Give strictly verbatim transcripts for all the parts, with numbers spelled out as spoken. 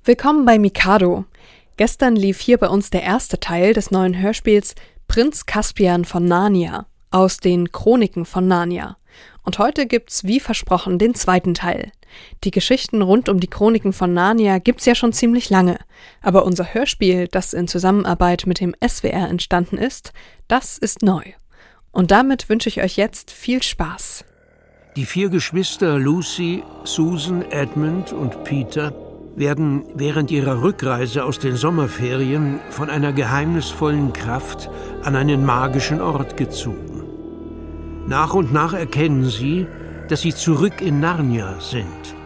Willkommen bei Mikado. Gestern lief hier bei uns der erste Teil des neuen Hörspiels Prinz Caspian von Narnia aus den Chroniken von Narnia. Und heute gibt's, wie versprochen, den zweiten Teil. Die Geschichten rund um die Chroniken von Narnia gibt's ja schon ziemlich lange. Aber unser Hörspiel, das in Zusammenarbeit mit dem S W R entstanden ist, das ist neu. Und damit wünsche ich euch jetzt viel Spaß. Die vier Geschwister Lucy, Susan, Edmund und Peter werden während ihrer Rückreise aus den Sommerferien von einer geheimnisvollen Kraft an einen magischen Ort gezogen. Nach und nach erkennen sie, dass sie zurück in Narnia sind.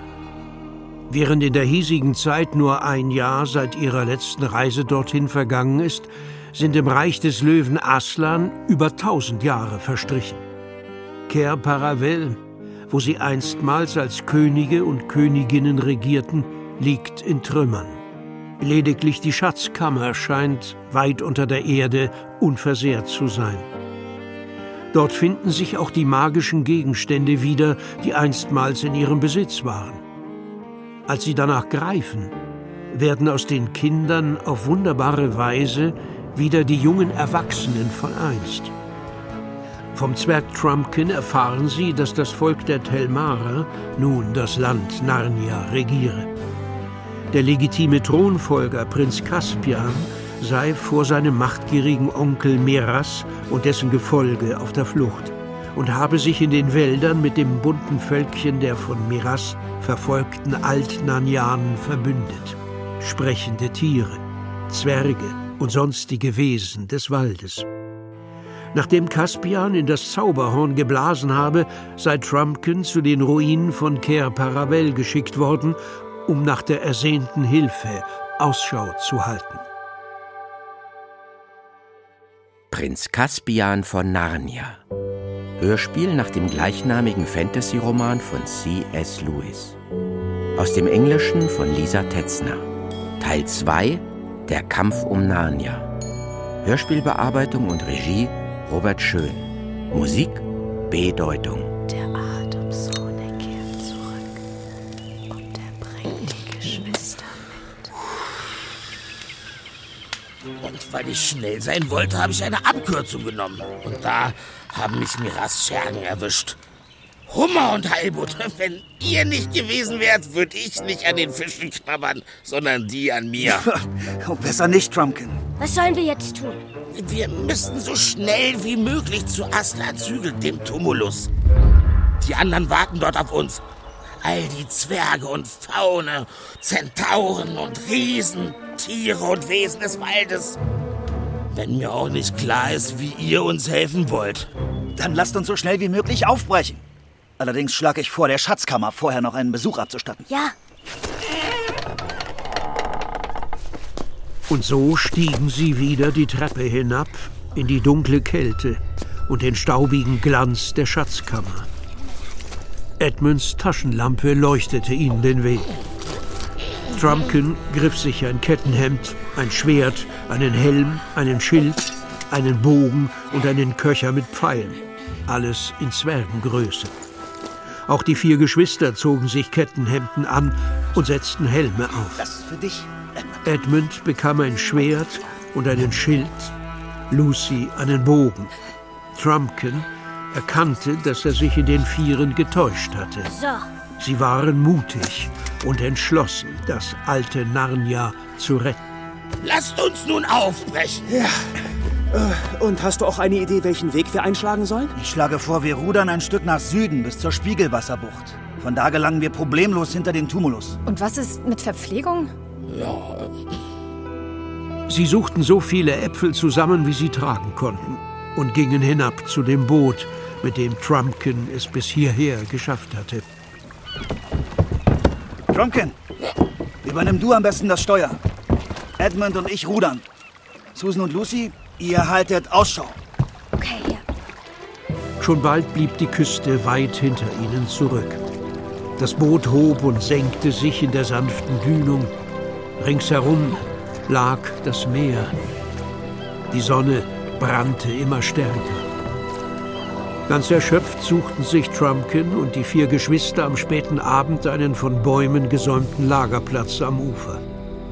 Während in der hiesigen Zeit nur ein Jahr seit ihrer letzten Reise dorthin vergangen ist, sind im Reich des Löwen Aslan über tausend Jahre verstrichen. Cair Paravel, wo sie einstmals als Könige und Königinnen regierten, liegt in Trümmern. Lediglich die Schatzkammer scheint weit unter der Erde unversehrt zu sein. Dort finden sich auch die magischen Gegenstände wieder, die einstmals in ihrem Besitz waren. Als sie danach greifen, werden aus den Kindern auf wunderbare Weise wieder die jungen Erwachsenen von einst. Vom Zwerg Trumpkin erfahren sie, dass das Volk der Telmarer nun das Land Narnia regiere. Der legitime Thronfolger Prinz Caspian sei vor seinem machtgierigen Onkel Miraz und dessen Gefolge auf der Flucht und habe sich in den Wäldern mit dem bunten Völkchen der von Miraz verfolgten Alt-Narnianen verbündet. Sprechende Tiere, Zwerge und sonstige Wesen des Waldes. Nachdem Caspian in das Zauberhorn geblasen habe, sei Trumpkin zu den Ruinen von Cair Paravel geschickt worden, um nach der ersehnten Hilfe Ausschau zu halten. Prinz Caspian von Narnia. Hörspiel nach dem gleichnamigen Fantasy-Roman von C S Lewis. Aus dem Englischen von Lisa Tetzner. Teil zwei, Der Kampf um Narnia. Hörspielbearbeitung und Regie Robert Schön. Musik B-Deutung. Der Adamsohn kehrt zurück und er bringt die Geschwister mit. Und weil ich schnell sein wollte, habe ich eine Abkürzung genommen. Und da haben mich Miraz Schergen erwischt. Hummer und Heilbutt, wenn ihr nicht gewesen wärt, würde ich nicht an den Fischen knabbern, sondern die an mir. Oh, besser nicht, Trumpkin. Was sollen wir jetzt tun? Wir müssen so schnell wie möglich zu Aslan Zügel, dem Tumulus. Die anderen warten dort auf uns. All die Zwerge und Faune, Zentauren und Riesen, Tiere und Wesen des Waldes. Wenn mir auch nicht klar ist, wie ihr uns helfen wollt. Dann lasst uns so schnell wie möglich aufbrechen. Allerdings schlage ich vor, der Schatzkammer vorher noch einen Besuch abzustatten. Ja. Und so stiegen sie wieder die Treppe hinab in die dunkle Kälte und den staubigen Glanz der Schatzkammer. Edmunds Taschenlampe leuchtete ihnen den Weg. Trumpkin griff sich ein Kettenhemd, ein Schwert, einen Helm, einen Schild, einen Bogen und einen Köcher mit Pfeilen. Alles in Zwergengröße. Auch die vier Geschwister zogen sich Kettenhemden an und setzten Helme auf. Das ist für dich. Edmund bekam ein Schwert und einen Schild, Lucy einen Bogen. Trumpkin erkannte, dass er sich in den Vieren getäuscht hatte. So. Sie waren mutig und entschlossen, das alte Narnia zu retten. Lasst uns nun aufbrechen. Ja. Und hast du auch eine Idee, welchen Weg wir einschlagen sollen? Ich schlage vor, wir rudern ein Stück nach Süden bis zur Spiegelwasserbucht. Von da gelangen wir problemlos hinter den Tumulus. Und was ist mit Verpflegung? Ja. Sie suchten so viele Äpfel zusammen, wie sie tragen konnten, und gingen hinab zu dem Boot, mit dem Trumpkin es bis hierher geschafft hatte. Trumpkin, übernimm du am besten das Steuer. Edmund und ich rudern. Susan und Lucy, ihr haltet Ausschau. Okay, ja. Schon bald blieb die Küste weit hinter ihnen zurück. Das Boot hob und senkte sich in der sanften Dünung. Ringsherum lag das Meer. Die Sonne brannte immer stärker. Ganz erschöpft suchten sich Trumpkin und die vier Geschwister am späten Abend einen von Bäumen gesäumten Lagerplatz am Ufer.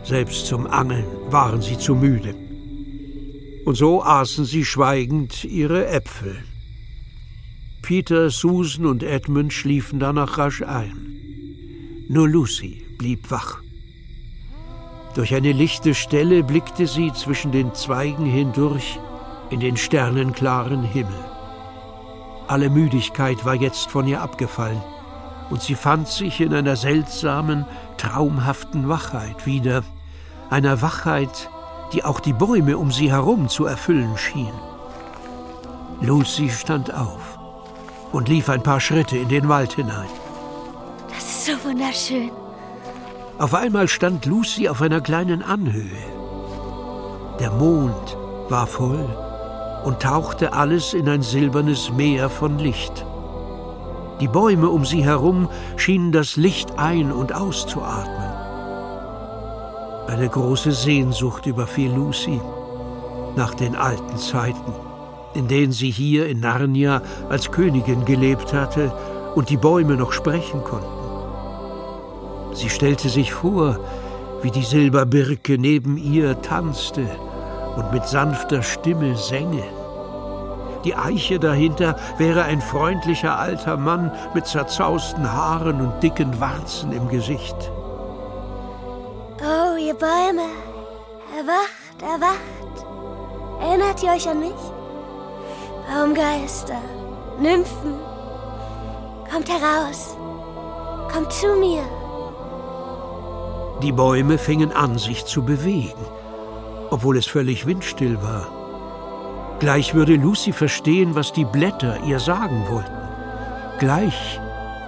Selbst zum Angeln waren sie zu müde. Und so aßen sie schweigend ihre Äpfel. Peter, Susan und Edmund schliefen danach rasch ein. Nur Lucy blieb wach. Durch eine lichte Stelle blickte sie zwischen den Zweigen hindurch in den sternenklaren Himmel. Alle Müdigkeit war jetzt von ihr abgefallen, und sie fand sich in einer seltsamen, traumhaften Wachheit wieder, einer Wachheit, die auch die Bäume um sie herum zu erfüllen schien. Lucy stand auf und lief ein paar Schritte in den Wald hinein. Das ist so wunderschön. Auf einmal stand Lucy auf einer kleinen Anhöhe. Der Mond war voll und tauchte alles in ein silbernes Meer von Licht. Die Bäume um sie herum schienen das Licht ein- und auszuatmen. Eine große Sehnsucht überfiel Lucy nach den alten Zeiten, in denen sie hier in Narnia als Königin gelebt hatte und die Bäume noch sprechen konnten. Sie stellte sich vor, wie die Silberbirke neben ihr tanzte und mit sanfter Stimme sänge. Die Eiche dahinter wäre ein freundlicher alter Mann mit zerzausten Haaren und dicken Warzen im Gesicht. Oh, ihr Bäume, erwacht, erwacht. Erinnert ihr euch an mich? Baumgeister, Nymphen, kommt heraus, kommt zu mir. Die Bäume fingen an, sich zu bewegen, obwohl es völlig windstill war. Gleich würde Lucy verstehen, was die Blätter ihr sagen wollten. Gleich.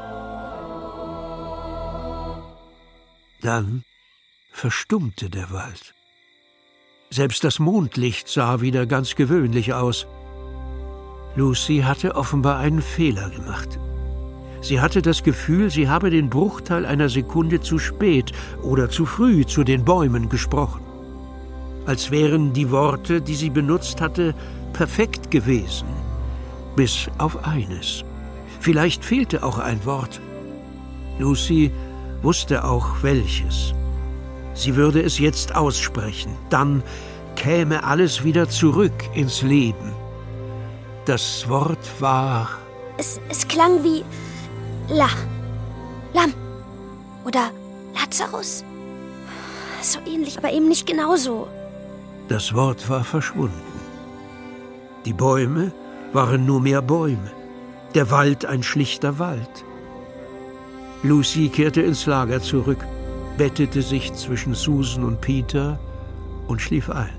Dann verstummte der Wald. Selbst das Mondlicht sah wieder ganz gewöhnlich aus. Lucy hatte offenbar einen Fehler gemacht. Sie hatte das Gefühl, sie habe den Bruchteil einer Sekunde zu spät oder zu früh zu den Bäumen gesprochen. Als wären die Worte, die sie benutzt hatte, perfekt gewesen. Bis auf eines. Vielleicht fehlte auch ein Wort. Lucy wusste auch welches. Sie würde es jetzt aussprechen. Dann käme alles wieder zurück ins Leben. Das Wort war... Es, es klang wie La, Lamm oder Lazarus. So ähnlich, aber eben nicht genauso. Das Wort war verschwunden. Die Bäume waren nur mehr Bäume. Der Wald ein schlichter Wald. Lucy kehrte ins Lager zurück, bettete sich zwischen Susan und Peter und schlief ein.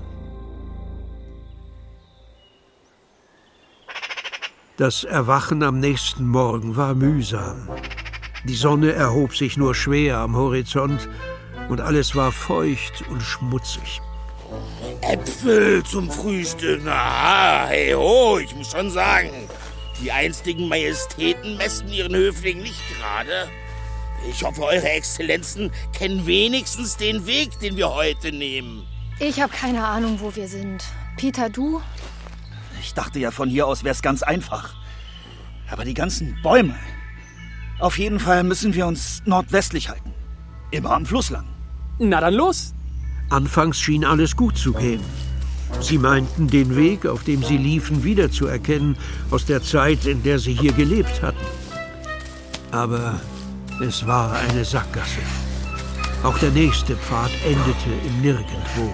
Das Erwachen am nächsten Morgen war mühsam. Die Sonne erhob sich nur schwer am Horizont und alles war feucht und schmutzig. Äpfel zum Frühstück, na, hey ho, ich muss schon sagen, die einstigen Majestäten messen ihren Höflingen nicht gerade. Ich hoffe, Eure Exzellenzen kennen wenigstens den Weg, den wir heute nehmen. Ich habe keine Ahnung, wo wir sind. Peter, du? Ich dachte ja, von hier aus wär's ganz einfach. Aber die ganzen Bäume. Auf jeden Fall müssen wir uns nordwestlich halten. Immer am Fluss lang. Na dann los! Anfangs schien alles gut zu gehen. Sie meinten, den Weg, auf dem sie liefen, wiederzuerkennen aus der Zeit, in der sie hier gelebt hatten. Aber es war eine Sackgasse. Auch der nächste Pfad endete im Nirgendwo.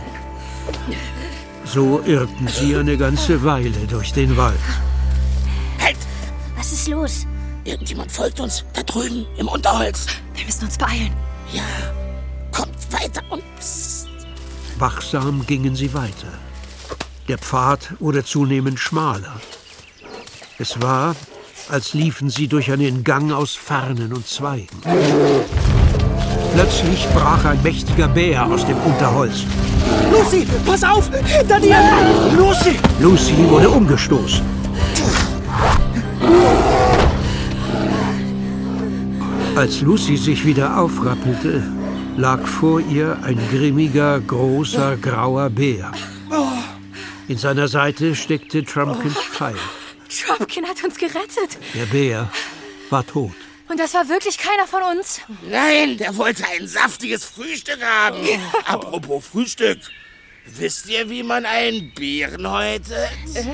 So irrten sie eine ganze Weile durch den Wald. Halt! Was ist los? Irgendjemand folgt uns, da drüben, im Unterholz. Wir müssen uns beeilen. Ja, kommt weiter und psst. Wachsam gingen sie weiter. Der Pfad wurde zunehmend schmaler. Es war, als liefen sie durch einen Gang aus Farnen und Zweigen. Plötzlich brach ein mächtiger Bär aus dem Unterholz. Lucy, pass auf! Hinter dir! Lucy! Lucy wurde umgestoßen. Als Lucy sich wieder aufrappelte, lag vor ihr ein grimmiger, großer, grauer Bär. In seiner Seite steckte Trumpkins Pfeil. Trumpkin hat uns gerettet. Der Bär war tot. Und das war wirklich keiner von uns? Nein, der wollte ein saftiges Frühstück haben. Apropos Frühstück. Wisst ihr, wie man einen Bären häutet?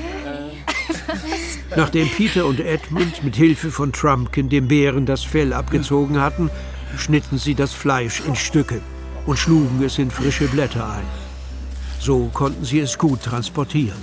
Nachdem Peter und Edmund mit Hilfe von Trumpkin dem Bären das Fell abgezogen hatten, schnitten sie das Fleisch in Stücke und schlugen es in frische Blätter ein. So konnten sie es gut transportieren.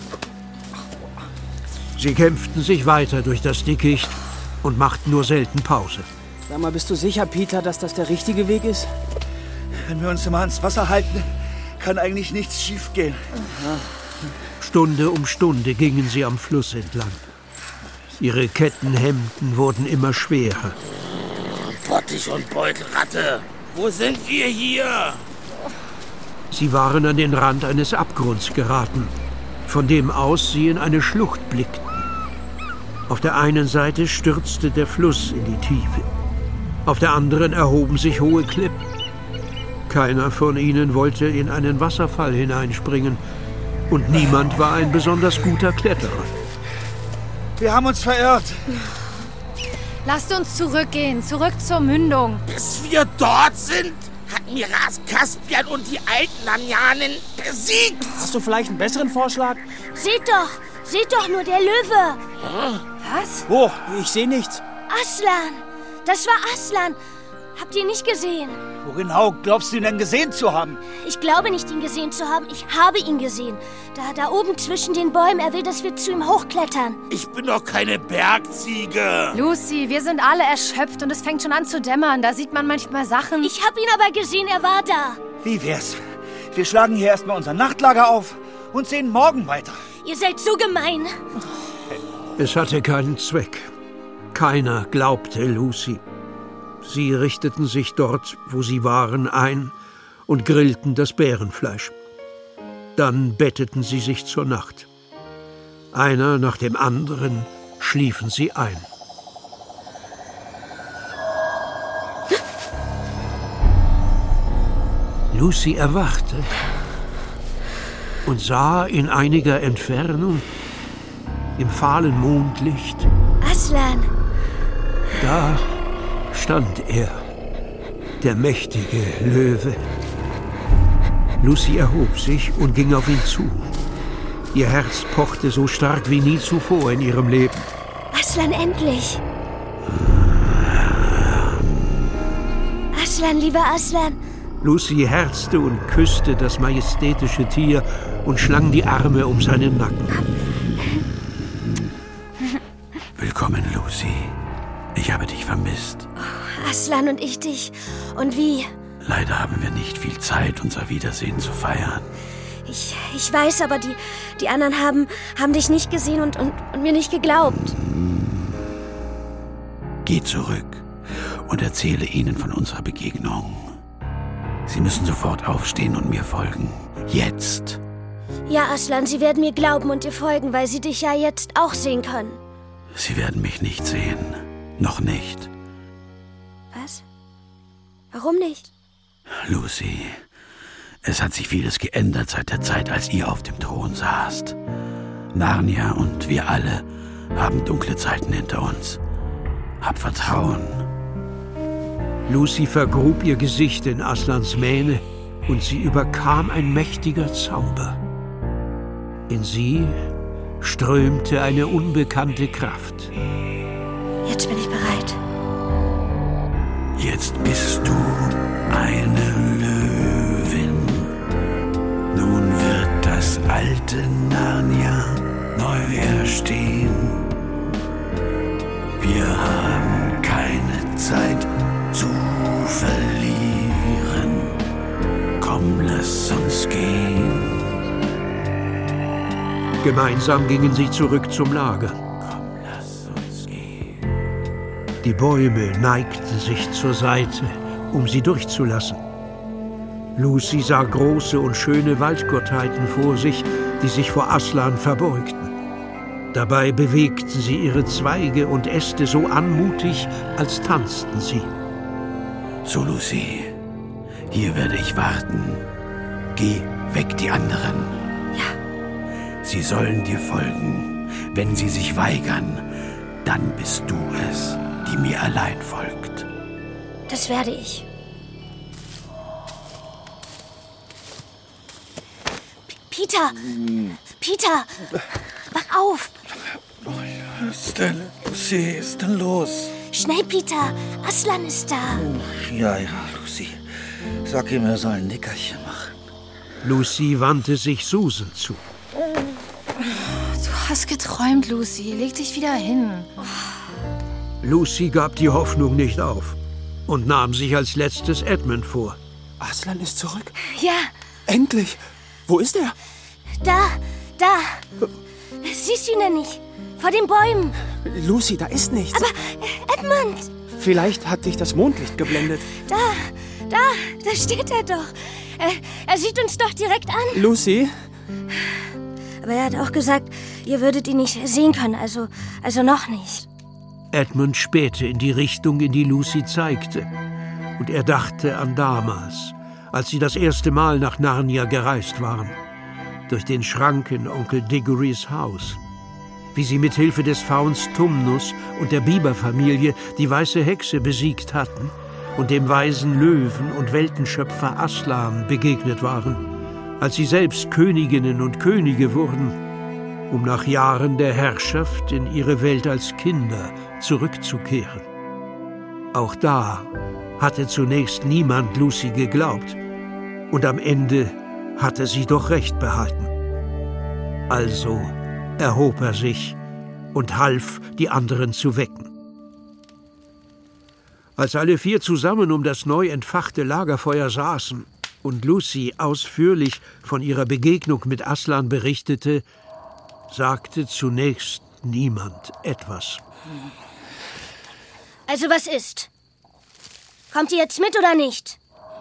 Sie kämpften sich weiter durch das Dickicht und machten nur selten Pause. Sag mal, bist du sicher, Peter, dass das der richtige Weg ist? Wenn wir uns immer ans Wasser halten, kann eigentlich nichts schiefgehen. Stunde um Stunde gingen sie am Fluss entlang. Ihre Kettenhemden wurden immer schwerer. Bottich und Beutelratte, wo sind wir hier? Sie waren an den Rand eines Abgrunds geraten, von dem aus sie in eine Schlucht blickten. Auf der einen Seite stürzte der Fluss in die Tiefe. Auf der anderen erhoben sich hohe Klippen. Keiner von ihnen wollte in einen Wasserfall hineinspringen und niemand war ein besonders guter Kletterer. Wir haben uns verirrt. Lasst uns zurückgehen, zurück zur Mündung. Bis wir dort sind, hat Miraz Caspian und die alten Narnianen besiegt. Hast du vielleicht einen besseren Vorschlag? Seht doch, seht doch nur, der Löwe. Was? Oh, ich sehe nichts. Aslan, das war Aslan. Habt ihr nicht gesehen? Wo genau glaubst du ihn denn gesehen zu haben? Ich glaube nicht, ihn gesehen zu haben. Ich habe ihn gesehen. Da, da oben zwischen den Bäumen. Er will, dass wir zu ihm hochklettern. Ich bin doch keine Bergziege. Lucy, wir sind alle erschöpft und es fängt schon an zu dämmern. Da sieht man manchmal Sachen. Ich habe ihn aber gesehen, er war da. Wie wär's? Wir schlagen hier erstmal unser Nachtlager auf und sehen morgen weiter. Ihr seid so gemein. Es hatte keinen Zweck. Keiner glaubte Lucy. Sie richteten sich dort, wo sie waren, ein und grillten das Bärenfleisch. Dann betteten sie sich zur Nacht. Einer nach dem anderen schliefen sie ein. Lucy erwachte und sah in einiger Entfernung, im fahlen Mondlicht, Aslan. Da stand er, der mächtige Löwe. Lucy erhob sich und ging auf ihn zu. Ihr Herz pochte so stark wie nie zuvor in ihrem Leben. Aslan, endlich. Aslan, lieber Aslan. Lucy herzte und küsste das majestätische Tier und schlang die Arme um seinen Nacken. Willkommen, Lucy. Ich habe dich vermisst. Oh, Aslan und ich dich. Und wie? Leider haben wir nicht viel Zeit, unser Wiedersehen zu feiern. Ich, ich weiß, aber die, die anderen haben, haben dich nicht gesehen und, und, und mir nicht geglaubt. Geh zurück und erzähle ihnen von unserer Begegnung. Sie müssen sofort aufstehen und mir folgen. Jetzt. Ja, Aslan, sie werden mir glauben und dir folgen, weil sie dich ja jetzt auch sehen können. Sie werden mich nicht sehen. Noch nicht. Was? Warum nicht? Lucy, es hat sich vieles geändert seit der Zeit, als ihr auf dem Thron saßt. Narnia und wir alle haben dunkle Zeiten hinter uns. Hab Vertrauen. Lucy vergrub ihr Gesicht in Aslans Mähne und sie überkam ein mächtiger Zauber. In sie strömte eine unbekannte Kraft. Jetzt bin ich bereit. Jetzt bist du eine Löwin. Nun wird das alte Narnia neu erstehen. Wir haben keine Zeit zu verlieren. Komm, lass uns gehen. Gemeinsam gingen sie zurück zum Lager. Die Bäume neigten sich zur Seite, um sie durchzulassen. Lucy sah große und schöne Waldgottheiten vor sich, die sich vor Aslan verbeugten. Dabei bewegten sie ihre Zweige und Äste so anmutig, als tanzten sie. So, Lucy, hier werde ich warten. Geh weg, die anderen. Ja. Sie sollen dir folgen. Wenn sie sich weigern, dann bist du es, die mir allein folgt. Das werde ich. P- Peter! Peter! Wach auf! Was ist denn, Lucy, ist denn los? Schnell, Peter! Aslan ist da! Ja, ja, Lucy. Sag ihm, er soll ein Nickerchen machen. Lucy wandte sich Susan zu. Du hast geträumt, Lucy. Leg dich wieder hin. Lucy gab die Hoffnung nicht auf und nahm sich als letztes Edmund vor. Aslan ist zurück. Ja, Endlich. Wo ist er? da, da. Siehst du ihn denn nicht? Vor den Bäumen. Lucy, da ist nichts. Aber äh, Edmund, Vielleicht hat dich das Mondlicht geblendet. da, da, da steht er doch. Er, er sieht uns doch direkt an. Lucy? Aber er hat auch gesagt, ihr würdet ihn nicht sehen können, also, also noch nicht. Edmund spähte in die Richtung, in die Lucy zeigte. Und er dachte an damals, als sie das erste Mal nach Narnia gereist waren. Durch den Schrank in Onkel Diggorys Haus. Wie sie mit Hilfe des Fauns Tumnus und der Biberfamilie die weiße Hexe besiegt hatten und dem weisen Löwen und Weltenschöpfer Aslan begegnet waren, als sie selbst Königinnen und Könige wurden, um nach Jahren der Herrschaft in ihre Welt als Kinder zurückzukehren. Auch da hatte zunächst niemand Lucy geglaubt, und am Ende hatte sie doch recht behalten. Also erhob er sich und half, die anderen zu wecken. Als alle vier zusammen um das neu entfachte Lagerfeuer saßen und Lucy ausführlich von ihrer Begegnung mit Aslan berichtete, sagte zunächst niemand etwas. Also was ist? Kommt ihr jetzt mit oder nicht?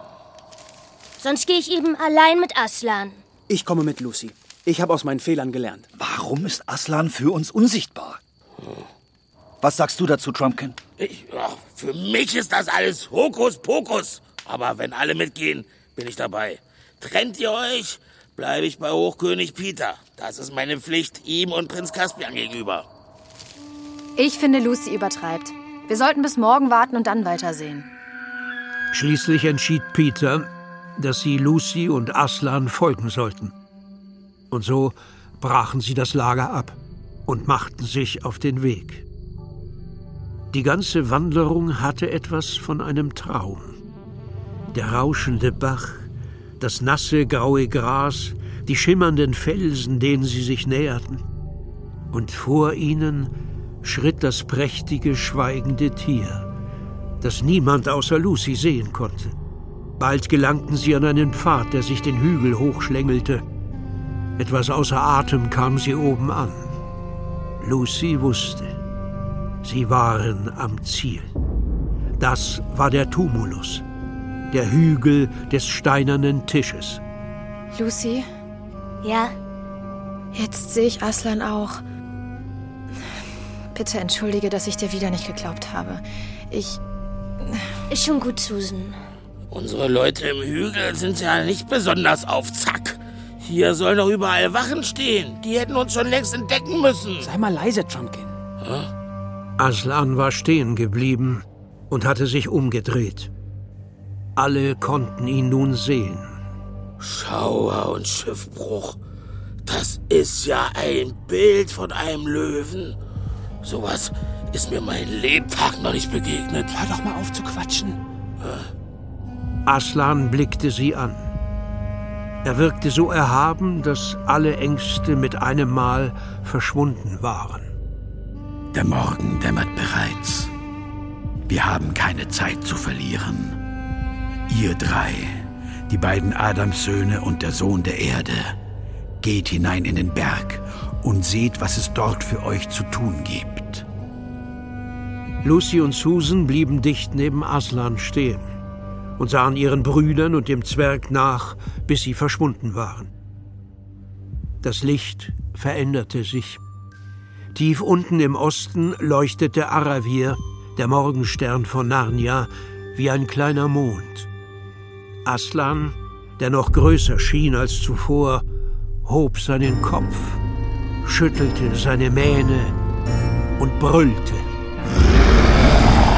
Sonst gehe ich eben allein mit Aslan. Ich komme mit, Lucy. Ich habe aus meinen Fehlern gelernt. Warum ist Aslan für uns unsichtbar? Was sagst du dazu, Trumpkin? Ich, ja, für mich ist das alles Hokuspokus. Aber wenn alle mitgehen, bin ich dabei. Trennt ihr euch, bleibe ich bei Hochkönig Peter. Das ist meine Pflicht ihm und Prinz Caspian gegenüber. Ich finde, Lucy übertreibt. Wir sollten bis morgen warten und dann weitersehen. Schließlich entschied Peter, dass sie Lucy und Aslan folgen sollten. Und so brachen sie das Lager ab und machten sich auf den Weg. Die ganze Wanderung hatte etwas von einem Traum. Der rauschende Bach, das nasse, graue Gras, die schimmernden Felsen, denen sie sich näherten. Und vor ihnen schritt das prächtige, schweigende Tier, das niemand außer Lucy sehen konnte. Bald gelangten sie an einen Pfad, der sich den Hügel hochschlängelte. Etwas außer Atem kam sie oben an. Lucy wusste, sie waren am Ziel. Das war der Tumulus, der Hügel des steinernen Tisches. Lucy, Ja? jetzt sehe ich Aslan auch. Bitte entschuldige, dass ich dir wieder nicht geglaubt habe. Ich... Ist schon gut, Susan. Unsere Leute im Hügel sind ja nicht besonders auf Zack. Hier sollen doch überall Wachen stehen. Die hätten uns schon längst entdecken müssen. Sei mal leise, Trumpkin. Hä? Aslan war stehen geblieben und hatte sich umgedreht. Alle konnten ihn nun sehen. Schauer und Schiffbruch. Das ist ja ein Bild von einem Löwen. Sowas ist mir mein Lebtag noch nicht begegnet. Hör doch mal auf zu quatschen. Aslan blickte sie an. Er wirkte so erhaben, dass alle Ängste mit einem Mal verschwunden waren. Der Morgen dämmert bereits. Wir haben keine Zeit zu verlieren. Ihr drei, die beiden Adamssöhne und der Sohn der Erde, geht hinein in den Berg und seht, was es dort für euch zu tun gibt. Lucy und Susan blieben dicht neben Aslan stehen und sahen ihren Brüdern und dem Zwerg nach, bis sie verschwunden waren. Das Licht veränderte sich. Tief unten im Osten leuchtete Aravir, der Morgenstern von Narnia, wie ein kleiner Mond. Aslan, der noch größer schien als zuvor, hob seinen Kopf, schüttelte seine Mähne und brüllte.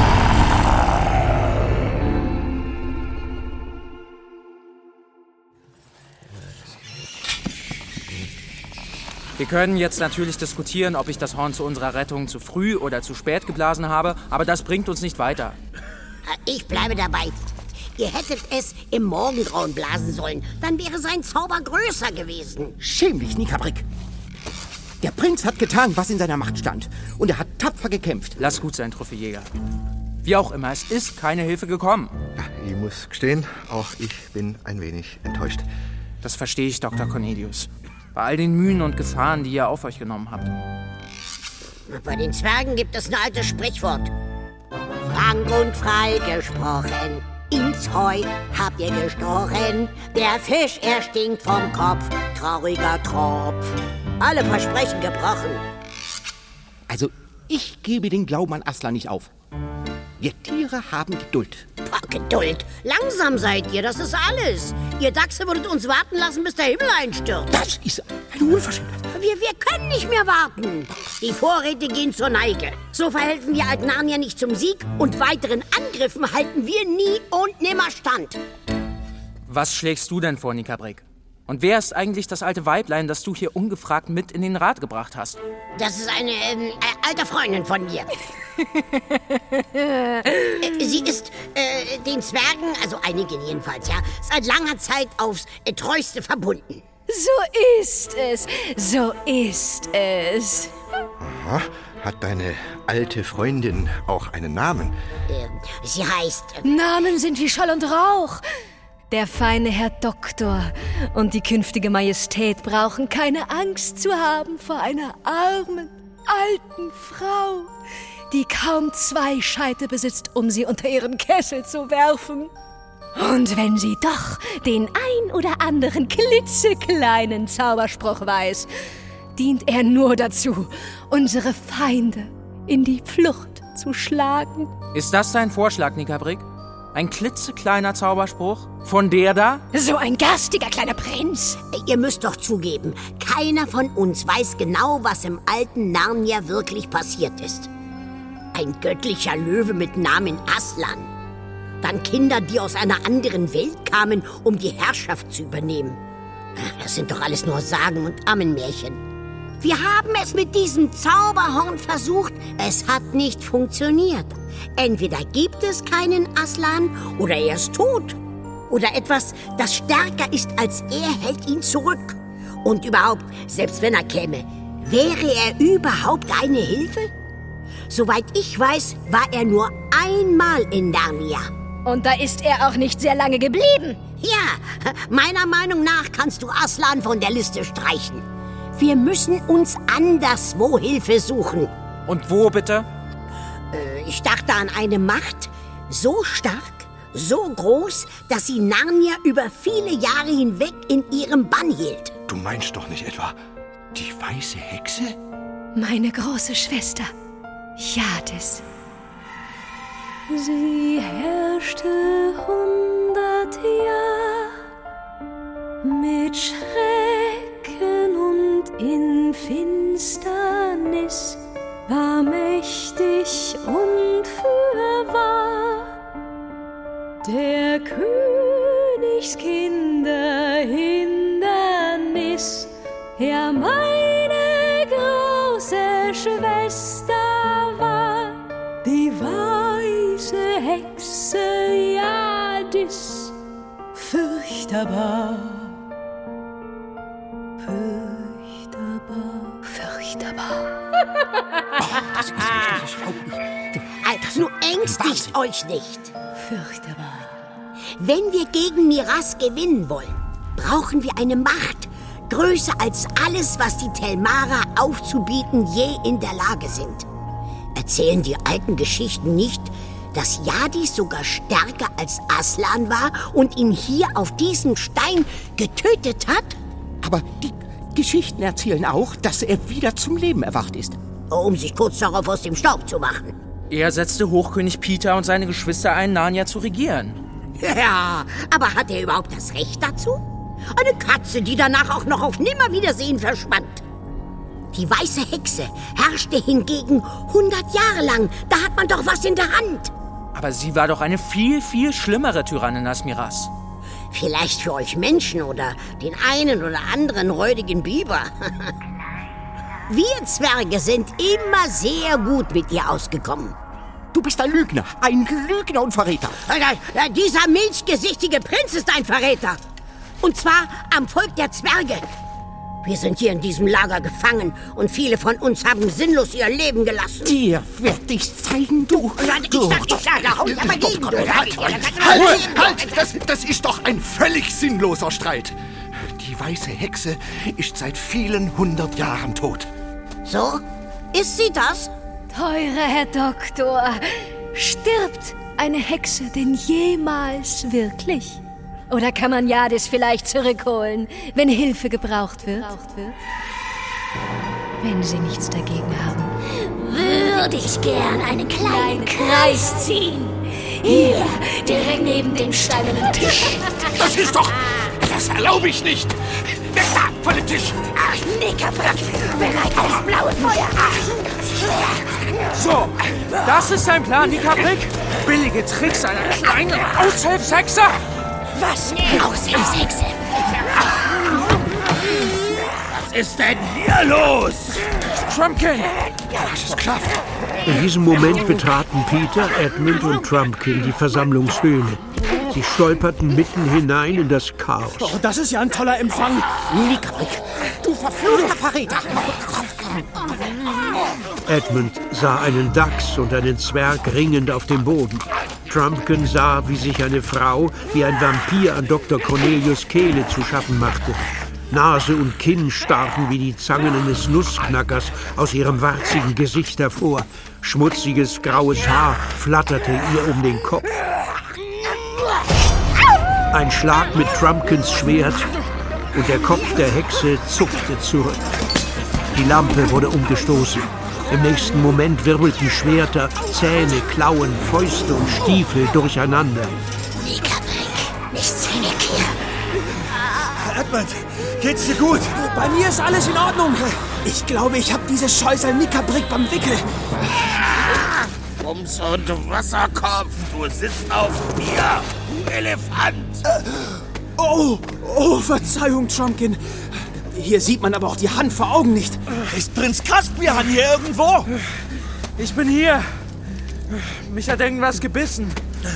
Wir können jetzt natürlich diskutieren, ob ich das Horn zu unserer Rettung zu früh oder zu spät geblasen habe, aber das bringt uns nicht weiter. Ich bleibe dabei. Ihr hättet es im Morgengrauen blasen sollen. Dann wäre sein Zauber größer gewesen. Schäm dich, Nikabrik. Der Prinz hat getan, was in seiner Macht stand. Und er hat tapfer gekämpft. Lass gut sein, Trophäjäger. Wie auch immer, es ist keine Hilfe gekommen. Ich muss gestehen, auch ich bin ein wenig enttäuscht. Das verstehe ich, Doktor Cornelius. Bei all den Mühen und Gefahren, die ihr auf euch genommen habt. Bei den Zwergen gibt es ein altes Sprichwort. Frank und frei gesprochen, ins Heu habt ihr gestochen. Der Fisch, er stinkt vom Kopf, trauriger Tropf. Alle Versprechen gebrochen. Also, ich gebe den Glauben an Aslan nicht auf. Wir Tiere haben Geduld. Boah, Geduld. Langsam seid ihr, das ist alles. Ihr Dachse würdet uns warten lassen, bis der Himmel einstürzt. Das ist eine Unverschämtheit. Wir, wir können nicht mehr warten. Die Vorräte gehen zur Neige. So verhelfen wir Alt-Narnia nicht zum Sieg und weiteren Angriffen halten wir nie und nimmer stand. Was schlägst du denn vor, Nikabrik? Und wer ist eigentlich das alte Weiblein, das du hier ungefragt mit in den Rat gebracht hast? Das ist eine ähm, äh, alte Freundin von mir. äh, sie ist äh, den Zwergen, also einigen jedenfalls, ja, seit langer Zeit aufs äh, Treueste verbunden. So ist es, so ist es. Aha. Hat deine alte Freundin auch einen Namen? Äh, sie heißt... Äh, Namen sind wie Schall und Rauch. Der feine Herr Doktor und die künftige Majestät brauchen keine Angst zu haben vor einer armen, alten Frau, die kaum zwei Scheite besitzt, um sie unter ihren Kessel zu werfen. Und wenn sie doch den ein oder anderen klitzekleinen Zauberspruch weiß, dient er nur dazu, unsere Feinde in die Flucht zu schlagen. Ist das dein Vorschlag, Nikabrik? Ein klitzekleiner Zauberspruch? Von der da? So ein garstiger kleiner Prinz. Ihr müsst doch zugeben, keiner von uns weiß genau, was im alten Narnia wirklich passiert ist. Ein göttlicher Löwe mit Namen Aslan. Dann Kinder, die aus einer anderen Welt kamen, um die Herrschaft zu übernehmen. Das sind doch alles nur Sagen und Ammenmärchen. Wir haben es mit diesem Zauberhorn versucht. Es hat nicht funktioniert. Entweder gibt es keinen Aslan oder er ist tot. Oder etwas, das stärker ist als er, hält ihn zurück. Und überhaupt, selbst wenn er käme, wäre er überhaupt eine Hilfe? Soweit ich weiß, war er nur einmal in Narnia. Und da ist er auch nicht sehr lange geblieben. Ja, meiner Meinung nach kannst du Aslan von der Liste streichen. Wir müssen uns anderswo Hilfe suchen. Und wo bitte? Äh, ich dachte an eine Macht, so stark, so groß, dass sie Narnia über viele Jahre hinweg in ihrem Bann hielt. Du meinst doch nicht etwa die weiße Hexe? Meine große Schwester, Jadis. Sie herrschte hundert Jahre mit Schrecken und in Finsternis, war mächtig und fürwahr. Der Königskinder Hindernis, ja meine große Schwester war, die weiße Hexe Jadis, furchtbar, furchtbar, furchtbar. Oh, das ist richtig unglaublich. Also ängstigt euch nicht. Furchtbar. Wenn wir gegen Miraz gewinnen wollen, brauchen wir eine Macht, größer als alles, was die Telmarer aufzubieten je in der Lage sind. Erzählen die alten Geschichten nicht, dass Jadis sogar stärker als Aslan war und ihn hier auf diesem Stein getötet hat? Aber die Geschichten erzählen auch, dass er wieder zum Leben erwacht ist. Um sich kurz darauf aus dem Staub zu machen. Er setzte Hochkönig Peter und seine Geschwister ein, Narnia zu regieren. Ja, aber hat er überhaupt das Recht dazu? Eine Katze, die danach auch noch auf Nimmerwiedersehen verschwand. Die weiße Hexe herrschte hingegen hundert Jahre lang. Da hat man doch was in der Hand. Aber sie war doch eine viel, viel schlimmere Tyrannin als Miraz. Vielleicht für euch Menschen oder den einen oder anderen räudigen Biber. Wir Zwerge sind immer sehr gut mit ihr ausgekommen. Du bist ein Lügner, ein Lügner und Verräter. Äh, äh, dieser milchgesichtige Prinz ist ein Verräter. Und zwar am Volk der Zwerge. Wir sind hier in diesem Lager gefangen und viele von uns haben sinnlos ihr Leben gelassen. Dir werd ich zeigen, du. Ich sag, ich sage, haut aber gegen. Halt, halt, halt! Das, das ist doch ein völlig sinnloser Streit. Die weiße Hexe ist seit vielen hundert Jahren tot. So? Ist sie das? Teurer Herr Doktor, stirbt eine Hexe denn jemals wirklich? Oder kann man Jadis vielleicht zurückholen, wenn Hilfe gebraucht wird? Wenn Sie nichts dagegen haben, würde ich gern einen kleinen Kreis ziehen. Hier, direkt neben dem steinernen Tisch. Das ist doch... Das erlaube ich nicht! Weg da, von dem Tisch! Ach, Nickerbrick, bereit das blaue Feuer. So, das ist dein Plan, Nickerbrick? Billige Tricks einer kleinen Aushilfshexe? Was? Aushilfshexe? Was ist denn hier los? Trumpkin! Das ist geschafft. In diesem Moment betraten Peter, Edmund und Trumpkin die Versammlungshöhle. Sie stolperten mitten hinein in das Chaos. Oh, das ist ja ein toller Empfang. Nickerbrick, du verfluchter Verräter. Edmund sah einen Dachs und einen Zwerg ringend auf dem Boden. Trumpkin sah, wie sich eine Frau wie ein Vampir an Doktor Cornelius' Kehle zu schaffen machte. Nase und Kinn stachen wie die Zangen eines Nussknackers aus ihrem warzigen Gesicht hervor. Schmutziges, graues Haar flatterte ihr um den Kopf. Ein Schlag mit Trumpkins Schwert und der Kopf der Hexe zuckte zurück. Die Lampe wurde umgestoßen. Im nächsten Moment wirbelten Schwerter, Zähne, Klauen, Fäuste und Stiefel durcheinander. Nickerbrick, nichts wie Nick hier. Edmund, geht's dir gut? Bei mir ist alles in Ordnung. Ich glaube, ich habe diese Scheusal Nickerbrick beim Wickel. Bums und Wasserkopf, du sitzt auf mir, du Elefant. Äh, oh, oh, Verzeihung, Trumpkin. Hier sieht man aber auch die Hand vor Augen nicht. Ist Prinz Caspian hier irgendwo? Ich bin hier. Mich hat irgendwas gebissen.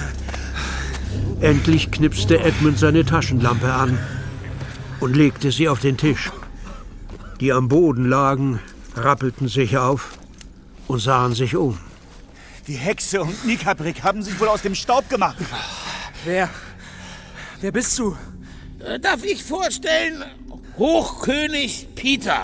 Endlich knipste Edmund seine Taschenlampe an und legte sie auf den Tisch. Die am Boden lagen, rappelten sich auf und sahen sich um. Die Hexe und Nickerbrick haben sich wohl aus dem Staub gemacht. Wer? Wer bist du? Äh, darf ich vorstellen? Hochkönig Peter.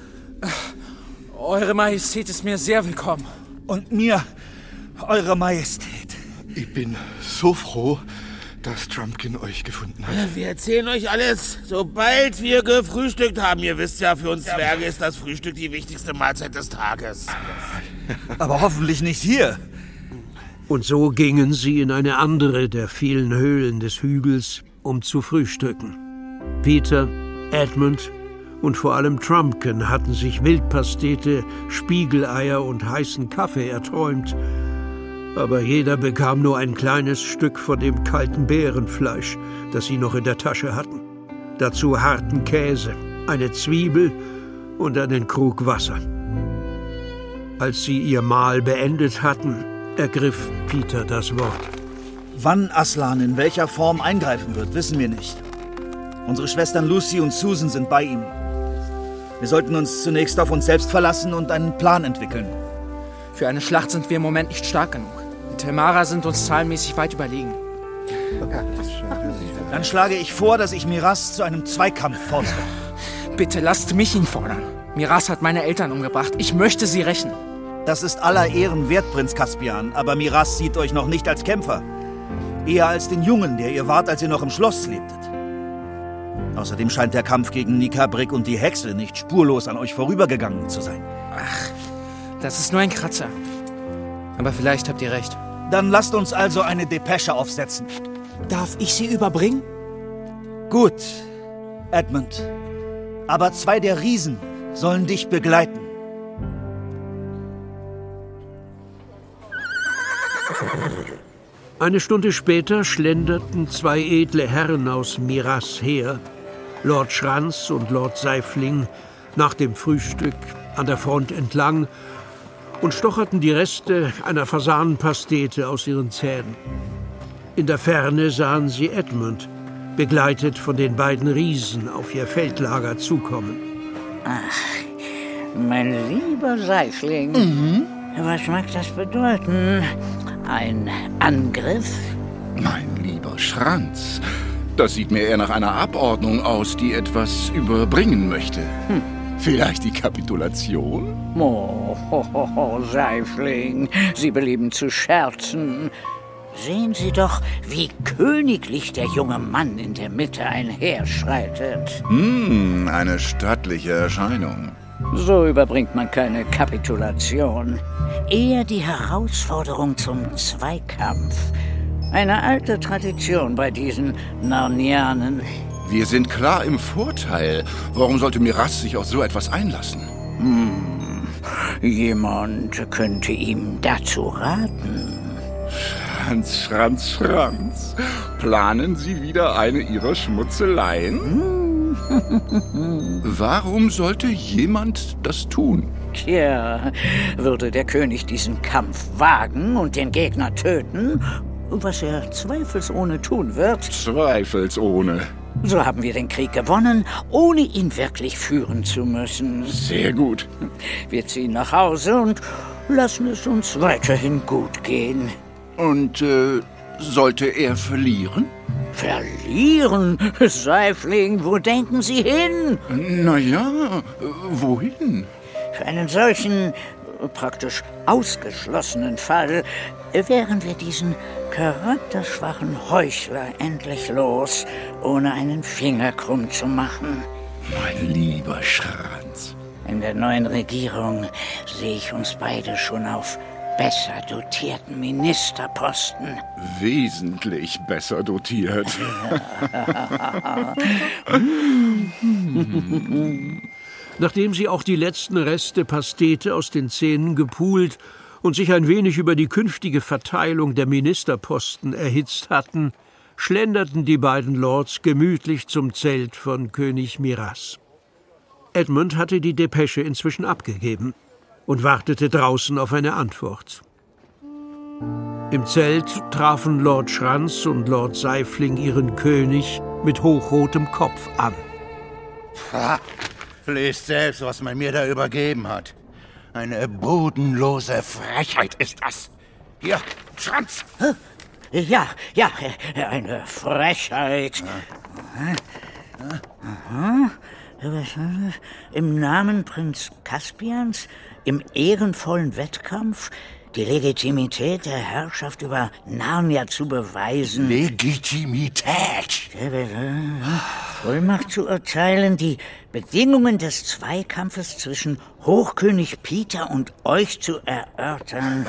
Eure Majestät ist mir sehr willkommen. Und mir, Eure Majestät. Ich bin so froh, dass Trumpkin euch gefunden hat. Wir erzählen euch alles, sobald wir gefrühstückt haben. Ihr wisst ja, für uns Zwerge ist das Frühstück die wichtigste Mahlzeit des Tages. Aber hoffentlich nicht hier. Und so gingen sie in eine andere der vielen Höhlen des Hügels, um zu frühstücken. Peter, Edmund und vor allem Trumpkin hatten sich Wildpastete, Spiegeleier und heißen Kaffee erträumt. Aber jeder bekam nur ein kleines Stück von dem kalten Bärenfleisch, das sie noch in der Tasche hatten. Dazu harten Käse, eine Zwiebel und einen Krug Wasser. Als sie ihr Mahl beendet hatten, ergriff Peter das Wort. Wann Aslan in welcher Form eingreifen wird, wissen wir nicht. Unsere Schwestern Lucy und Susan sind bei ihm. Wir sollten uns zunächst auf uns selbst verlassen und einen Plan entwickeln. Für eine Schlacht sind wir im Moment nicht stark genug. Die Telmarer sind uns zahlenmäßig weit überlegen. Dann schlage ich vor, dass ich Miraz zu einem Zweikampf fordere. Bitte lasst mich ihn fordern. Miraz hat meine Eltern umgebracht. Ich möchte sie rächen. Das ist aller Ehren wert, Prinz Caspian, aber Miraz sieht euch noch nicht als Kämpfer. Eher als den Jungen, der ihr wart, als ihr noch im Schloss lebtet. Außerdem scheint der Kampf gegen Nickerbrick und die Hexe nicht spurlos an euch vorübergegangen zu sein. Ach, das ist nur ein Kratzer. Aber vielleicht habt ihr recht. Dann lasst uns also eine Depesche aufsetzen. Darf ich sie überbringen? Gut, Edmund. Aber zwei der Riesen sollen dich begleiten. Eine Stunde später schlenderten zwei edle Herren aus Miraz her, Lord Schranz und Lord Seifling, nach dem Frühstück an der Front entlang und stocherten die Reste einer Fasanenpastete aus ihren Zähnen. In der Ferne sahen sie Edmund, begleitet von den beiden Riesen, auf ihr Feldlager zukommen. Ach, mein lieber Seifling, mhm. Was mag das bedeuten? Ein Angriff? Mein lieber Schranz, das sieht mir eher nach einer Abordnung aus, die etwas überbringen möchte. Hm. Vielleicht die Kapitulation? Oh, ho, ho, ho, Seifling, Sie belieben zu scherzen. Sehen Sie doch, wie königlich der junge Mann in der Mitte einherschreitet. Hm, eine stattliche Erscheinung. So überbringt man keine Kapitulation. Eher die Herausforderung zum Zweikampf. Eine alte Tradition bei diesen Narnianen. Wir sind klar im Vorteil. Warum sollte Miraz sich auf so etwas einlassen? Hm, jemand könnte ihm dazu raten. Schranz, Schranz, Schranz. Planen Sie wieder eine Ihrer Schmutzeleien? Hm. Warum sollte jemand das tun? Tja, würde der König diesen Kampf wagen und den Gegner töten, was er zweifelsohne tun wird. Zweifelsohne. So haben wir den Krieg gewonnen, ohne ihn wirklich führen zu müssen. Sehr gut. Wir ziehen nach Hause und lassen es uns weiterhin gut gehen. Und äh, sollte er verlieren? Verlieren? Seifling, wo denken Sie hin? Na ja, wohin? Für einen solchen, praktisch ausgeschlossenen Fall wären wir diesen charakterschwachen Heuchler endlich los, ohne einen Finger krumm zu machen. Mein lieber Schranz. In der neuen Regierung sehe ich uns beide schon auf besser dotierten Ministerposten. Wesentlich besser dotiert. Nachdem sie auch die letzten Reste Pastete aus den Zähnen gepult und sich ein wenig über die künftige Verteilung der Ministerposten erhitzt hatten, schlenderten die beiden Lords gemütlich zum Zelt von König Miraz. Edmund hatte die Depesche inzwischen abgegeben und wartete draußen auf eine Antwort. Im Zelt trafen Lord Schranz und Lord Seifling ihren König mit hochrotem Kopf an. Ha, lest selbst, was man mir da übergeben hat. Eine bodenlose Frechheit ist das. Hier, Schranz! Ja, ja, eine Frechheit. Ja. Aha. Im Namen Prinz Kaspians, im ehrenvollen Wettkampf, die Legitimität der Herrschaft über Narnia zu beweisen. Legitimität? Vollmacht zu erteilen, die Bedingungen des Zweikampfes zwischen Hochkönig Peter und euch zu erörtern.